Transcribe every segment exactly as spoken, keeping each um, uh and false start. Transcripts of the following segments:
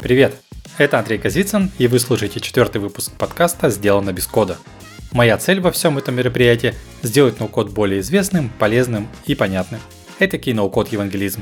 Привет! Это Андрей Козицын, и вы слушаете четвертый выпуск подкаста «Сделано без кода». Моя цель во всем этом мероприятии – сделать ноу-код более известным, полезным и понятным. Этакий ноу-код-евангелизм.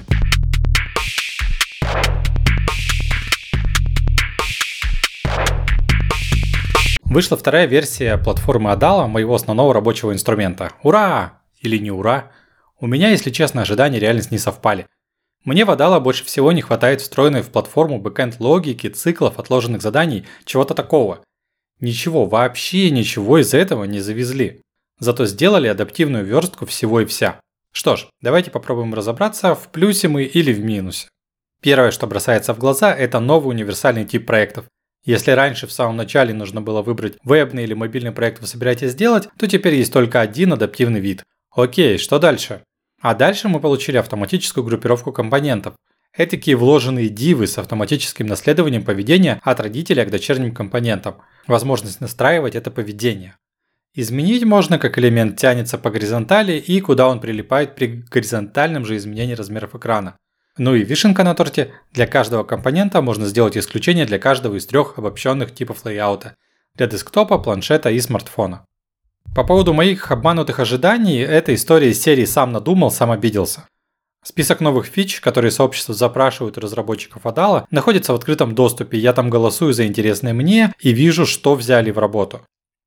Вышла вторая версия платформы Adala, моего основного рабочего инструмента. Ура! Или не ура? У меня, если честно, ожидания и реальность не совпали. Мне в Adala больше всего не хватает встроенной в платформу бэкэнд логики, циклов, отложенных заданий, чего-то такого. Ничего, вообще ничего из этого не завезли. Зато сделали адаптивную верстку всего и вся. Что ж, давайте попробуем разобраться, в плюсе мы или в минусе. Первое, что бросается в глаза, это новый универсальный тип проектов. Если раньше в самом начале нужно было выбрать вебный или мобильный проект вы собираетесь сделать, то теперь есть только один адаптивный вид. Окей, что дальше? А дальше мы получили автоматическую группировку компонентов. Этакие вложенные дивы с автоматическим наследованием поведения от родителя к дочерним компонентам. Возможность настраивать это поведение. Изменить можно, как элемент тянется по горизонтали и куда он прилипает при горизонтальном же изменении размеров экрана. Ну и вишенка на торте, для каждого компонента можно сделать исключение для каждого из трех обобщенных типов лейаута. Для десктопа, планшета и смартфона. По поводу моих обманутых ожиданий, эта история из серии «Сам надумал, сам обиделся». Список новых фич, которые сообщество запрашивают у разработчиков Adala, находится в открытом доступе, я там голосую за интересное мне и вижу, что взяли в работу.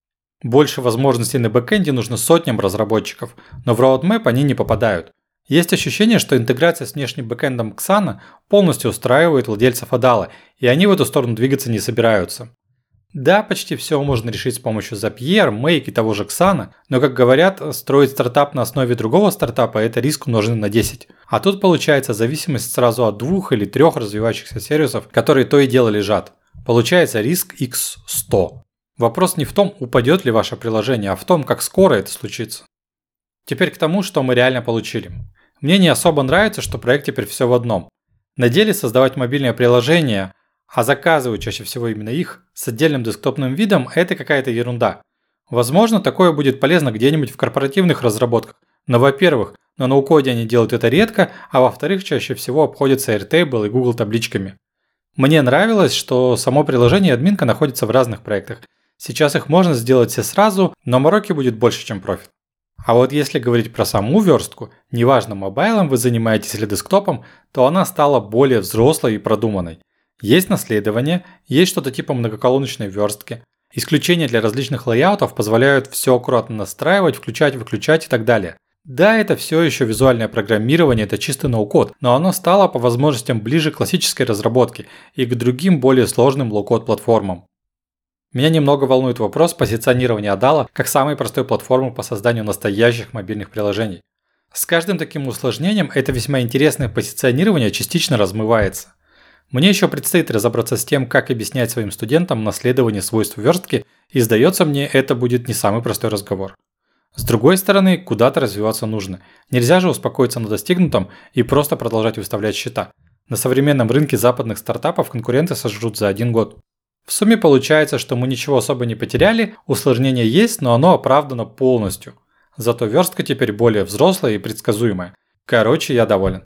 Больше возможностей на бэкэнде нужно сотням разработчиков, но в roadmap они не попадают. Есть ощущение, что интеграция с внешним бэкэндом Xana полностью устраивает владельцев Adala, и они в эту сторону двигаться не собираются. Да, почти все можно решить с помощью Zapier, Make и того же Xana, но, как говорят, строить стартап на основе другого стартапа – это риск умноженный на десять. А тут получается зависимость сразу от двух или трех развивающихся сервисов, которые то и дело лежат. Получается риск икс сто. Вопрос не в том, упадет ли ваше приложение, а в том, как скоро это случится. Теперь к тому, что мы реально получили. Мне не особо нравится, что проект теперь все в одном. На деле создавать мобильное приложение, а заказывают чаще всего именно их, с отдельным десктопным видом – это какая-то ерунда. Возможно, такое будет полезно где-нибудь в корпоративных разработках, но, во-первых, на ноу-коде они делают это редко, а во-вторых, чаще всего обходятся Airtable и Google табличками. Мне нравилось, что само приложение и админка находятся в разных проектах. Сейчас их можно сделать все сразу, но мороки будет больше, чем профит. А вот если говорить про саму верстку, неважно, мобайлом вы занимаетесь или десктопом, то она стала более взрослой и продуманной. Есть наследование, есть что-то типа многоколоночной верстки. Исключения для различных лейаутов позволяют все аккуратно настраивать, включать, выключать и так далее. Да, это все еще визуальное программирование, это чистый ноу-код, но оно стало по возможностям ближе к классической разработке и к другим более сложным лоу-код платформам. Меня немного волнует вопрос позиционирования Adala как самой простой платформы по созданию настоящих мобильных приложений. С каждым таким усложнением это весьма интересное позиционирование частично размывается. Мне еще предстоит разобраться с тем, как объяснять своим студентам наследование свойств верстки, и сдается мне, это будет не самый простой разговор. С другой стороны, куда-то развиваться нужно. Нельзя же успокоиться на достигнутом и просто продолжать выставлять счета. На современном рынке западных стартапов конкуренты сожрут за один год. В сумме получается, что мы ничего особо не потеряли, усложнение есть, но оно оправдано полностью. Зато верстка теперь более взрослая и предсказуемая. Короче, я доволен.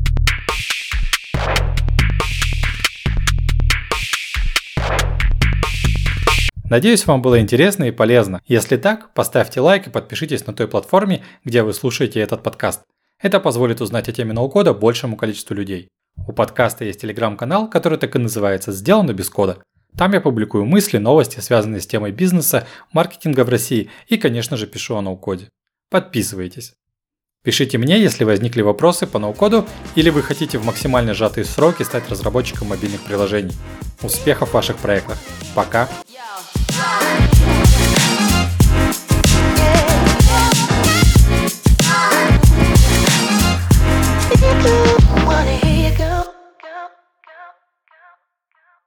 Надеюсь, вам было интересно и полезно. Если так, поставьте лайк и подпишитесь на той платформе, где вы слушаете этот подкаст. Это позволит узнать о теме ноу-кода большему количеству людей. У подкаста есть телеграм-канал, который так и называется «Сделано без кода». Там я публикую мысли, новости, связанные с темой бизнеса, маркетинга в России и, конечно же, пишу о ноу-коде. Подписывайтесь. Пишите мне, если возникли вопросы по ноу-коду или вы хотите в максимально сжатые сроки стать разработчиком мобильных приложений. Успехов в ваших проектах. Пока!